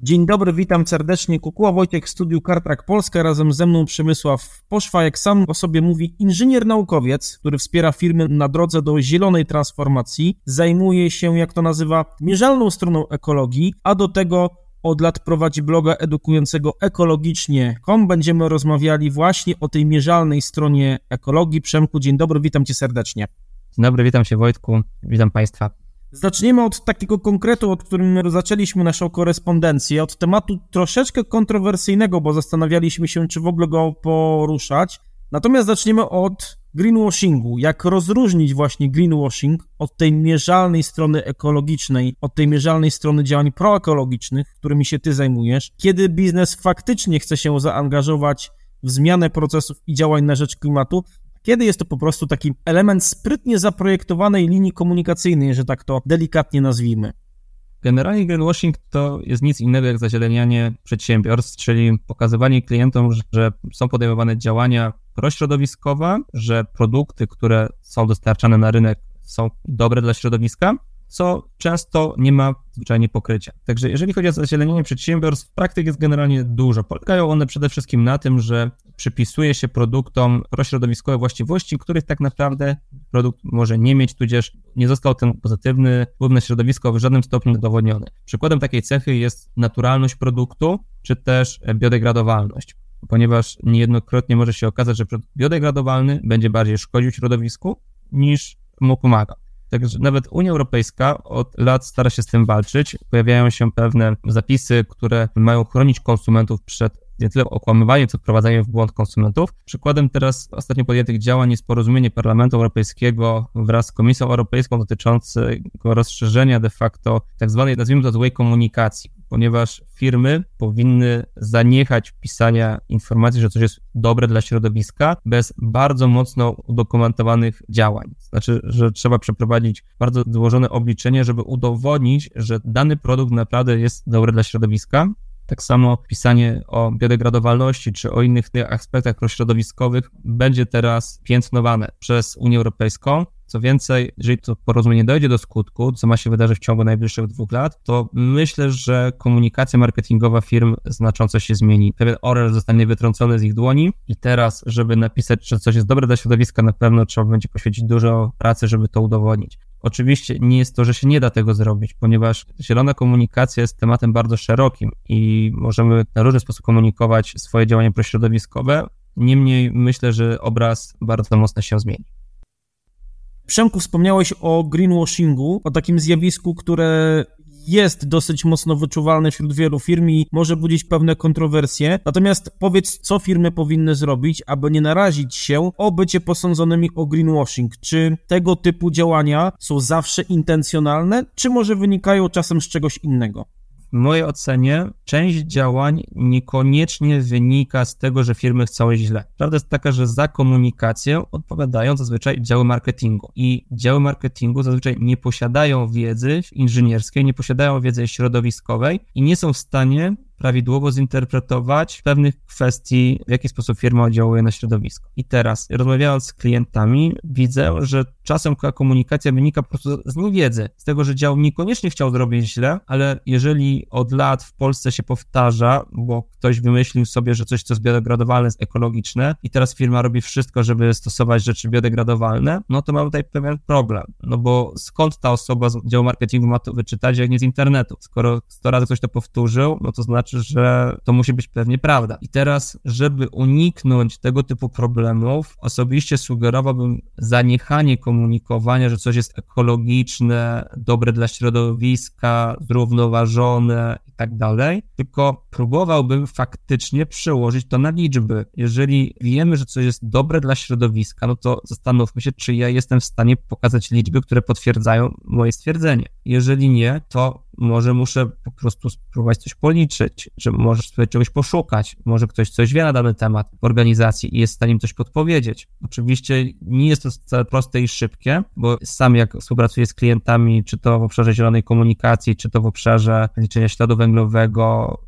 Dzień dobry, witam serdecznie. Kukuła Wojtek w studiu CarTrack Polska, razem ze mną Przemysław Poszwa, jak sam o sobie mówi, inżynier-naukowiec, który wspiera firmy na drodze do zielonej transformacji, zajmuje się, jak to nazywa, mierzalną stroną ekologii, a do tego od lat prowadzi bloga edukującego ekologicznie.com. Będziemy rozmawiali właśnie o tej mierzalnej stronie ekologii. Przemku, dzień dobry, witam Cię serdecznie. Dzień dobry, witam Cię Wojtku, witam Państwa. Zaczniemy od takiego konkretu, od którym zaczęliśmy naszą korespondencję, od tematu troszeczkę kontrowersyjnego, bo zastanawialiśmy się, czy w ogóle go poruszać. Natomiast zaczniemy od greenwashingu. Jak rozróżnić właśnie greenwashing od tej mierzalnej strony ekologicznej, od tej mierzalnej strony działań proekologicznych, którymi się Ty zajmujesz, kiedy biznes faktycznie chce się zaangażować w zmianę procesów i działań na rzecz klimatu, kiedy jest to po prostu taki element sprytnie zaprojektowanej linii komunikacyjnej, że tak to delikatnie nazwijmy. Generalnie greenwashing to jest nic innego jak zazielenianie przedsiębiorstw, czyli pokazywanie klientom, że są podejmowane działania prośrodowiskowe, że produkty, które są dostarczane na rynek, są dobre dla środowiska, co często nie ma zwyczajnie pokrycia. Także jeżeli chodzi o zazielenianie przedsiębiorstw, praktyk jest generalnie dużo. Polegają one przede wszystkim na tym, że przypisuje się produktom prośrodowiskowe właściwości, których tak naprawdę produkt może nie mieć, tudzież nie został ten pozytywny wpływ na środowisko w żadnym stopniu udowodniony. Przykładem takiej cechy jest naturalność produktu, czy też biodegradowalność, ponieważ niejednokrotnie może się okazać, że produkt biodegradowalny będzie bardziej szkodził środowisku niż mu pomaga. Także nawet Unia Europejska od lat stara się z tym walczyć. Pojawiają się pewne zapisy, które mają chronić konsumentów przed nie tyle okłamywaniem, co wprowadzaniem w błąd konsumentów. Przykładem teraz ostatnio podjętych działań jest porozumienie Parlamentu Europejskiego wraz z Komisją Europejską dotyczącego rozszerzenia de facto tak zwanej, nazwijmy to, złej komunikacji, ponieważ firmy powinny zaniechać pisania informacji, że coś jest dobre dla środowiska bez bardzo mocno udokumentowanych działań. Znaczy, że trzeba przeprowadzić bardzo złożone obliczenie, żeby udowodnić, że dany produkt naprawdę jest dobry dla środowiska. Tak samo pisanie o biodegradowalności czy o innych aspektach prośrodowiskowych będzie teraz piętnowane przez Unię Europejską. Co więcej, jeżeli to porozumienie dojdzie do skutku, co ma się wydarzyć w ciągu najbliższych 2 lat, to myślę, że komunikacja marketingowa firm znacząco się zmieni. Pewien oręż zostanie wytrącony z ich dłoni i teraz, żeby napisać, że coś jest dobre dla środowiska, na pewno trzeba będzie poświęcić dużo pracy, żeby to udowodnić. Oczywiście nie jest to, że się nie da tego zrobić, ponieważ zielona komunikacja jest tematem bardzo szerokim i możemy na różny sposób komunikować swoje działania prośrodowiskowe. Niemniej myślę, że obraz bardzo mocno się zmieni. Przemku, wspomniałeś o greenwashingu, o takim zjawisku, które jest dosyć mocno wyczuwalne wśród wielu firm i może budzić pewne kontrowersje. Natomiast powiedz, co firmy powinny zrobić, aby nie narazić się o bycie posądzonymi o greenwashing. Czy tego typu działania są zawsze intencjonalne, czy może wynikają czasem z czegoś innego? W mojej ocenie część działań niekoniecznie wynika z tego, że firmy chcą źle. Prawda jest taka, że za komunikację odpowiadają zazwyczaj działy marketingu i działy marketingu zazwyczaj nie posiadają wiedzy inżynierskiej, nie posiadają wiedzy środowiskowej i nie są w stanie prawidłowo zinterpretować pewnych kwestii, w jaki sposób firma oddziałuje na środowisko. I teraz, rozmawiając z klientami, widzę, że czasem komunikacja wynika po prostu z niewiedzy, z tego, że dział niekoniecznie chciał zrobić źle, ale jeżeli od lat w Polsce się powtarza, bo ktoś wymyślił sobie, że coś, co jest biodegradowalne, jest ekologiczne i teraz firma robi wszystko, żeby stosować rzeczy biodegradowalne, no to mamy tutaj pewien problem, no bo skąd ta osoba z działu marketingu ma to wyczytać, jak nie z internetu? Skoro 100 razy ktoś to powtórzył, no to znaczy, że to musi być pewnie prawda. I teraz, żeby uniknąć tego typu problemów, osobiście sugerowałbym zaniechanie komunikowania, że coś jest ekologiczne, dobre dla środowiska, zrównoważone i tak dalej, tylko próbowałbym faktycznie przełożyć to na liczby. Jeżeli wiemy, że coś jest dobre dla środowiska, no to zastanówmy się, czy ja jestem w stanie pokazać liczby, które potwierdzają moje stwierdzenie. Jeżeli nie, to może muszę po prostu spróbować coś policzyć, że możesz sobie czegoś poszukać, może ktoś coś wie na dany temat w organizacji i jest w stanie im coś podpowiedzieć. Oczywiście nie jest to wcale proste i szybkie, bo sam jak współpracuję z klientami, czy to w obszarze zielonej komunikacji, czy to w obszarze liczenia śladu węglowego,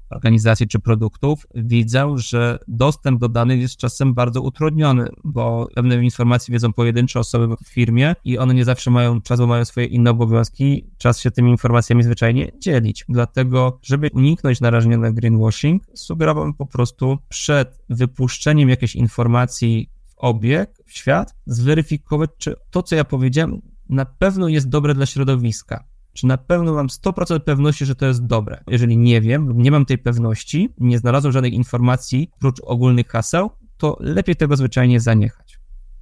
organizacji czy produktów, widzę, że dostęp do danych jest czasem bardzo utrudniony, bo pewne informacje wiedzą pojedyncze osoby w firmie i one nie zawsze mają czas, bo mają swoje inne obowiązki, czas się tymi informacjami zwyczajnie dzielić. Dlatego, żeby uniknąć narażenia na greenwashing, sugerowałbym po prostu przed wypuszczeniem jakiejś informacji w obieg, w świat, zweryfikować, czy to, co ja powiedziałem, na pewno jest dobre dla środowiska. Czy na pewno mam 100% pewności, że to jest dobre. Jeżeli nie wiem lub nie mam tej pewności, nie znalazłem żadnej informacji prócz ogólnych haseł, to lepiej tego zwyczajnie zaniechać.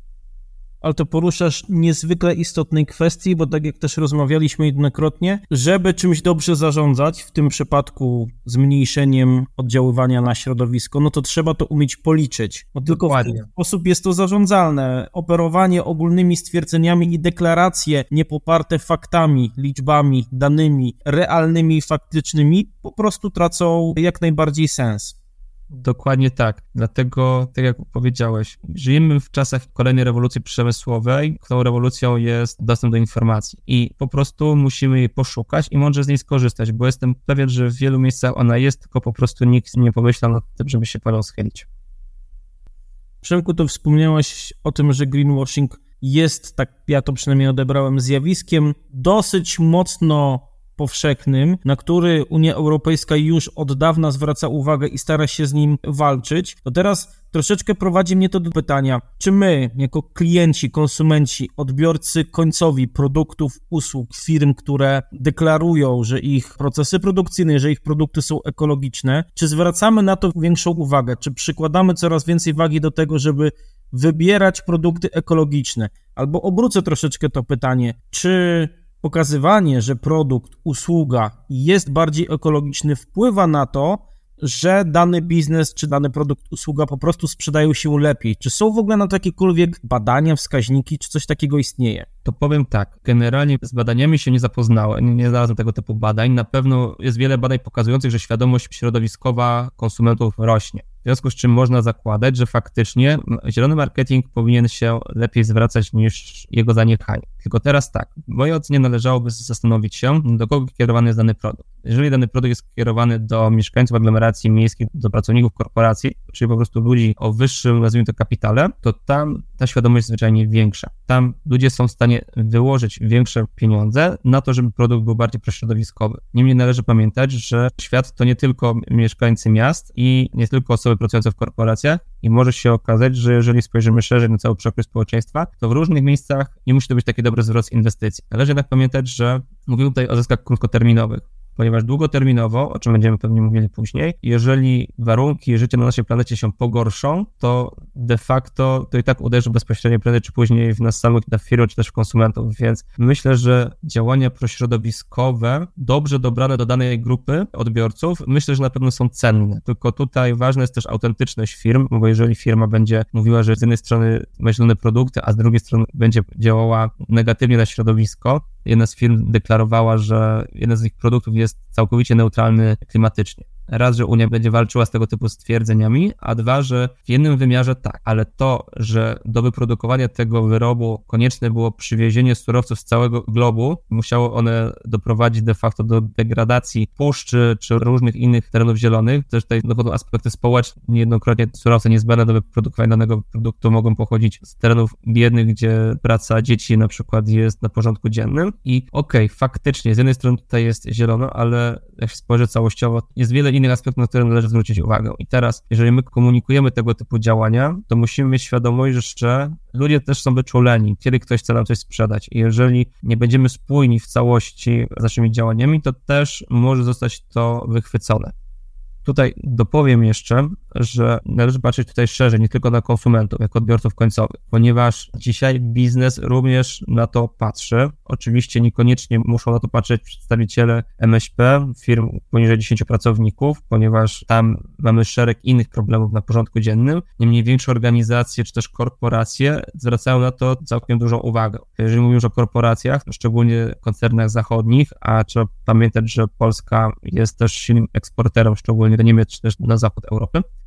Ale to poruszasz niezwykle istotnej kwestii, bo tak jak też rozmawialiśmy jednokrotnie, żeby czymś dobrze zarządzać, w tym przypadku zmniejszeniem oddziaływania na środowisko, no to trzeba to umieć policzyć, bo tylko w ten sposób jest to zarządzalne. Operowanie ogólnymi stwierdzeniami i deklaracje niepoparte faktami, liczbami, danymi, realnymi, faktycznymi po prostu tracą jak najbardziej sens. Dokładnie tak. Dlatego, tak jak powiedziałeś, żyjemy w czasach kolejnej rewolucji przemysłowej, którą rewolucją jest dostęp do informacji i po prostu musimy jej poszukać i mądrze z niej skorzystać, bo jestem pewien, że w wielu miejscach ona jest, tylko po prostu nikt nie pomyślał nad tym, żeby się po nią schylić. Przemku, to wspomniałeś o tym, że greenwashing jest, tak ja to przynajmniej odebrałem, zjawiskiem dosyć mocno powszechnym, na który Unia Europejska już od dawna zwraca uwagę i stara się z nim walczyć, to teraz troszeczkę prowadzi mnie to do pytania, czy my, jako klienci, konsumenci, odbiorcy końcowi produktów, usług, firm, które deklarują, że ich procesy produkcyjne, że ich produkty są ekologiczne, czy zwracamy na to większą uwagę, czy przykładamy coraz więcej wagi do tego, żeby wybierać produkty ekologiczne, albo obrócę troszeczkę to pytanie, czy pokazywanie, że produkt, usługa jest bardziej ekologiczny, wpływa na to, że dany biznes czy dany produkt, usługa po prostu sprzedają się lepiej. Czy są w ogóle na to jakiekolwiek badania, wskaźniki, czy coś takiego istnieje? To powiem tak, generalnie z badaniami się nie zapoznałem, nie znalazłem tego typu badań. Na pewno jest wiele badań pokazujących, że świadomość środowiskowa konsumentów rośnie. W związku z czym można zakładać, że faktycznie zielony marketing powinien się lepiej zwracać niż jego zaniechanie. Tylko teraz tak, w mojej ocenie należałoby zastanowić się, do kogo kierowany jest dany produkt. Jeżeli dany produkt jest kierowany do mieszkańców aglomeracji miejskich, do pracowników korporacji, czyli po prostu ludzi o wyższym, nazwijmy to, kapitale, to tam ta świadomość jest zwyczajnie większa. Tam ludzie są w stanie wyłożyć większe pieniądze na to, żeby produkt był bardziej prośrodowiskowy. Niemniej należy pamiętać, że świat to nie tylko mieszkańcy miast i nie tylko osoby pracujące w korporacjach i może się okazać, że jeżeli spojrzymy szerzej na cały przekrój społeczeństwa, to w różnych miejscach nie musi to być taki dobry wzrost inwestycji. Należy jednak pamiętać, że mówimy tutaj o zyskach krótkoterminowych, ponieważ długoterminowo, o czym będziemy pewnie mówili później, jeżeli warunki życia na naszej planecie się pogorszą, to de facto to i tak uderzy bezpośrednio prędzej czy później w nas samych, na firmę, czy też w konsumentów, więc myślę, że działania prośrodowiskowe, dobrze dobrane do danej grupy odbiorców, myślę, że na pewno są cenne, tylko tutaj ważna jest też autentyczność firm, bo jeżeli firma będzie mówiła, że z jednej strony ma zielone produkty, a z drugiej strony będzie działała negatywnie na środowisko, jedna z firm deklarowała, że jeden z ich produktów jest całkowicie neutralny klimatycznie. Raz, że Unia będzie walczyła z tego typu stwierdzeniami, a dwa, że w jednym wymiarze tak, ale to, że do wyprodukowania tego wyrobu konieczne było przywiezienie surowców z całego globu, musiało one doprowadzić de facto do degradacji puszczy czy różnych innych terenów zielonych. Też tutaj dochodzą aspekty społeczne. Niejednokrotnie surowce niezbędne do wyprodukowania danego produktu mogą pochodzić z terenów biednych, gdzie praca dzieci na przykład jest na porządku dziennym. I faktycznie z jednej strony tutaj jest zielono, ale jak się spojrzy całościowo, jest wiele innych aspektów, na które należy zwrócić uwagę. I teraz, jeżeli my komunikujemy tego typu działania, to musimy mieć świadomość, że ludzie też są wyczuleni, kiedy ktoś chce nam coś sprzedać. I jeżeli nie będziemy spójni w całości z naszymi działaniami, to też może zostać to wychwycone. Tutaj dopowiem jeszcze, że należy patrzeć tutaj szerzej, nie tylko na konsumentów, jako odbiorców końcowych, ponieważ dzisiaj biznes również na to patrzy. Oczywiście niekoniecznie muszą na to patrzeć przedstawiciele MŚP, firm poniżej 10 pracowników, ponieważ tam mamy szereg innych problemów na porządku dziennym. Niemniej większe organizacje czy też korporacje zwracają na to całkiem dużą uwagę. Jeżeli mówimy już o korporacjach, szczególnie koncernach zachodnich, a trzeba pamiętać, że Polska jest też silnym eksporterem, szczególnie do Niemiec czy też na zachód Europy,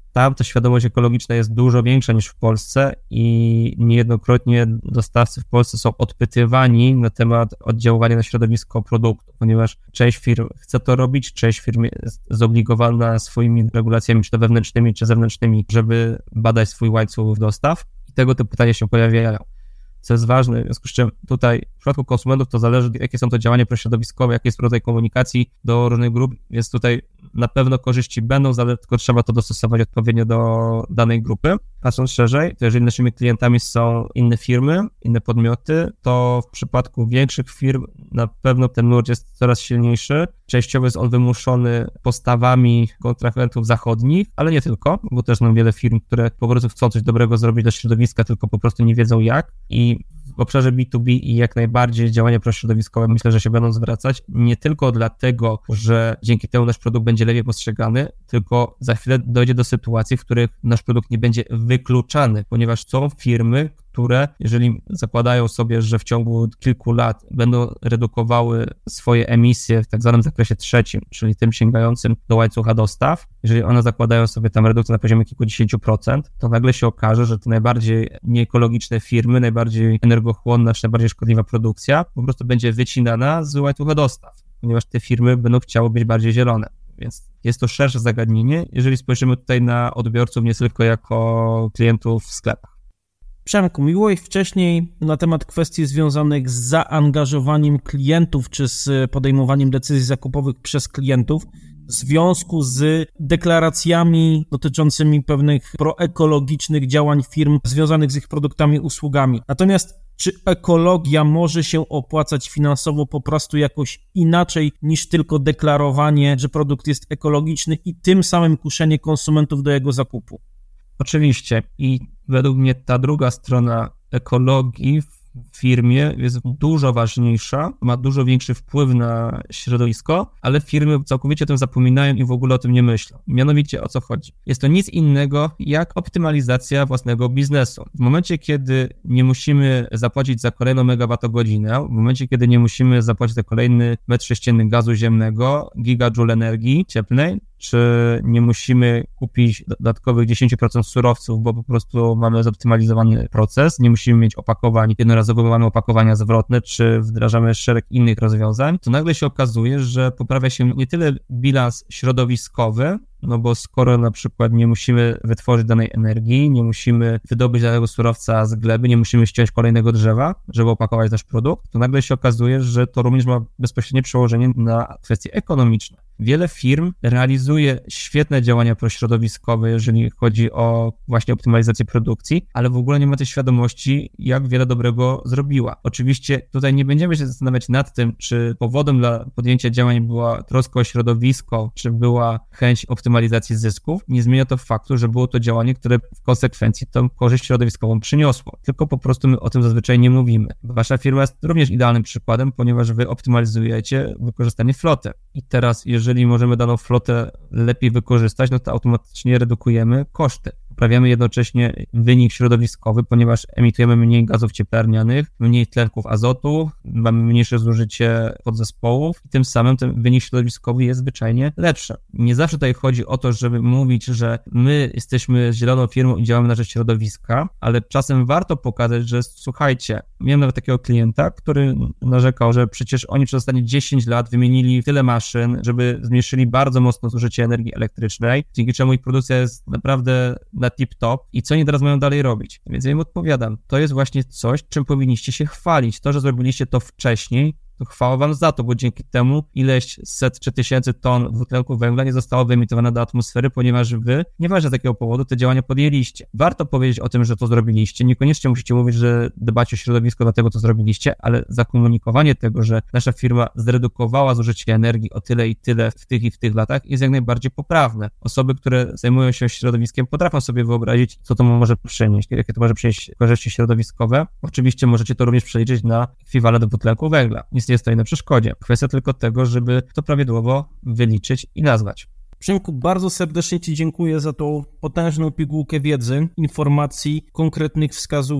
tam ta świadomość ekologiczna jest dużo większa niż w Polsce i niejednokrotnie dostawcy w Polsce są odpytywani na temat oddziaływania na środowisko produktu, ponieważ część firm chce to robić, część firm jest zobligowana swoimi regulacjami, czy to wewnętrznymi, czy zewnętrznymi, żeby badać swój łańcuch dostaw i tego typu pytania się pojawiają. Co jest ważne, w związku z czym tutaj w przypadku konsumentów to zależy, jakie są to działania prośrodowiskowe, jaki jest rodzaj komunikacji do różnych grup, więc tutaj na pewno korzyści będą, tylko trzeba to dostosować odpowiednio do danej grupy. Patrząc szerzej, to jeżeli naszymi klientami są inne firmy, inne podmioty, to w przypadku większych firm na pewno ten nurt jest coraz silniejszy. Częściowo jest on wymuszony postawami kontrahentów zachodnich, ale nie tylko, bo też mam wiele firm, które po prostu chcą coś dobrego zrobić dla środowiska, tylko po prostu nie wiedzą jak. I w obszarze B2B i jak najbardziej działania prośrodowiskowe myślę, że się będą zwracać, nie tylko dlatego, że dzięki temu nasz produkt będzie lepiej postrzegany, tylko za chwilę dojdzie do sytuacji, w których nasz produkt nie będzie wykluczany, ponieważ są firmy, które jeżeli zakładają sobie, że w ciągu kilku lat będą redukowały swoje emisje w tak zwanym zakresie trzecim, czyli tym sięgającym do łańcucha dostaw, jeżeli one zakładają sobie tam redukcję na poziomie kilkudziesięciu procent, to nagle się okaże, że te najbardziej nieekologiczne firmy, najbardziej energochłonna, czy najbardziej szkodliwa produkcja po prostu będzie wycinana z łańcucha dostaw, ponieważ te firmy będą chciały być bardziej zielone. Więc jest to szersze zagadnienie, jeżeli spojrzymy tutaj na odbiorców nie tylko jako klientów w sklepach. Przemku, mówiłeś wcześniej na temat kwestii związanych z zaangażowaniem klientów czy z podejmowaniem decyzji zakupowych przez klientów w związku z deklaracjami dotyczącymi pewnych proekologicznych działań firm związanych z ich produktami i usługami. Natomiast czy ekologia może się opłacać finansowo po prostu jakoś inaczej niż tylko deklarowanie, że produkt jest ekologiczny i tym samym kuszenie konsumentów do jego zakupu? Oczywiście i według mnie ta druga strona ekologii w firmie jest dużo ważniejsza, ma dużo większy wpływ na środowisko, ale firmy całkowicie o tym zapominają i w ogóle o tym nie myślą. Mianowicie o co chodzi? Jest to nic innego jak optymalizacja własnego biznesu. W momencie, kiedy nie musimy zapłacić za kolejną megawattogodzinę, w momencie, kiedy nie musimy zapłacić za kolejny metr sześcienny gazu ziemnego, gigajoule energii cieplnej, czy nie musimy kupić dodatkowych 10% surowców, bo po prostu mamy zoptymalizowany proces, nie musimy mieć opakowań jednorazowych, mamy opakowania zwrotne, czy wdrażamy szereg innych rozwiązań, to nagle się okazuje, że poprawia się nie tyle bilans środowiskowy, no bo skoro na przykład nie musimy wytworzyć danej energii, nie musimy wydobyć danego surowca z gleby, nie musimy ściąć kolejnego drzewa, żeby opakować nasz produkt, to nagle się okazuje, że to również ma bezpośrednie przełożenie na kwestie ekonomiczne. Wiele firm realizuje świetne działania prośrodowiskowe, jeżeli chodzi o właśnie optymalizację produkcji, ale w ogóle nie ma tej świadomości, jak wiele dobrego zrobiła. Oczywiście tutaj nie będziemy się zastanawiać nad tym, czy powodem dla podjęcia działań była troska o środowisko, czy była chęć optymalizacji zysków. Nie zmienia to faktu, że było to działanie, które w konsekwencji tą korzyść środowiskową przyniosło. Tylko po prostu my o tym zazwyczaj nie mówimy. Wasza firma jest również idealnym przykładem, ponieważ wy optymalizujecie wykorzystanie floty. I teraz, jeżeli możemy daną flotę lepiej wykorzystać, no to automatycznie redukujemy koszty. Poprawiamy jednocześnie wynik środowiskowy, ponieważ emitujemy mniej gazów cieplarnianych, mniej tlenków azotu, mamy mniejsze zużycie podzespołów i tym samym ten wynik środowiskowy jest zwyczajnie lepszy. Nie zawsze tutaj chodzi o to, żeby mówić, że my jesteśmy zieloną firmą i działamy na rzecz środowiska, ale czasem warto pokazać, że słuchajcie, miałem nawet takiego klienta, który narzekał, że przecież oni przez ostatnie 10 lat wymienili tyle maszyn, żeby zmniejszyli bardzo mocno zużycie energii elektrycznej, dzięki czemu ich produkcja jest naprawdę na tip-top i co oni teraz mają dalej robić? Więc ja im odpowiadam, to jest właśnie coś, czym powinniście się chwalić. To, że zrobiliście to wcześniej, to chwała wam za to, bo dzięki temu ileś set czy tysięcy ton dwutlenku węgla nie zostało wyemitowane do atmosfery, ponieważ wy, nieważne z jakiego powodu, te działania podjęliście. Warto powiedzieć o tym, że to zrobiliście. Niekoniecznie musicie mówić, że dbacie o środowisko, dlatego to zrobiliście, ale zakomunikowanie tego, że nasza firma zredukowała zużycie energii o tyle i tyle w tych i w tych latach jest jak najbardziej poprawne. Osoby, które zajmują się środowiskiem, potrafią sobie wyobrazić, co to może przynieść, jakie to może przynieść korzyści środowiskowe. Oczywiście możecie to również przeliczyć na ekwiwalent dwutlenku węgla. Nic nie stoi na przeszkodzie. Kwestia tylko tego, żeby to prawidłowo wyliczyć i nazwać. Przemku, bardzo serdecznie Ci dziękuję za tą potężną pigułkę wiedzy, informacji, konkretnych wskazówek,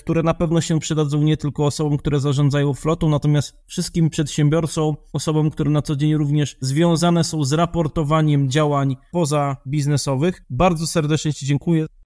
które na pewno się przydadzą nie tylko osobom, które zarządzają flotą, natomiast wszystkim przedsiębiorcom, osobom, które na co dzień również związane są z raportowaniem działań pozabiznesowych. Bardzo serdecznie Ci dziękuję.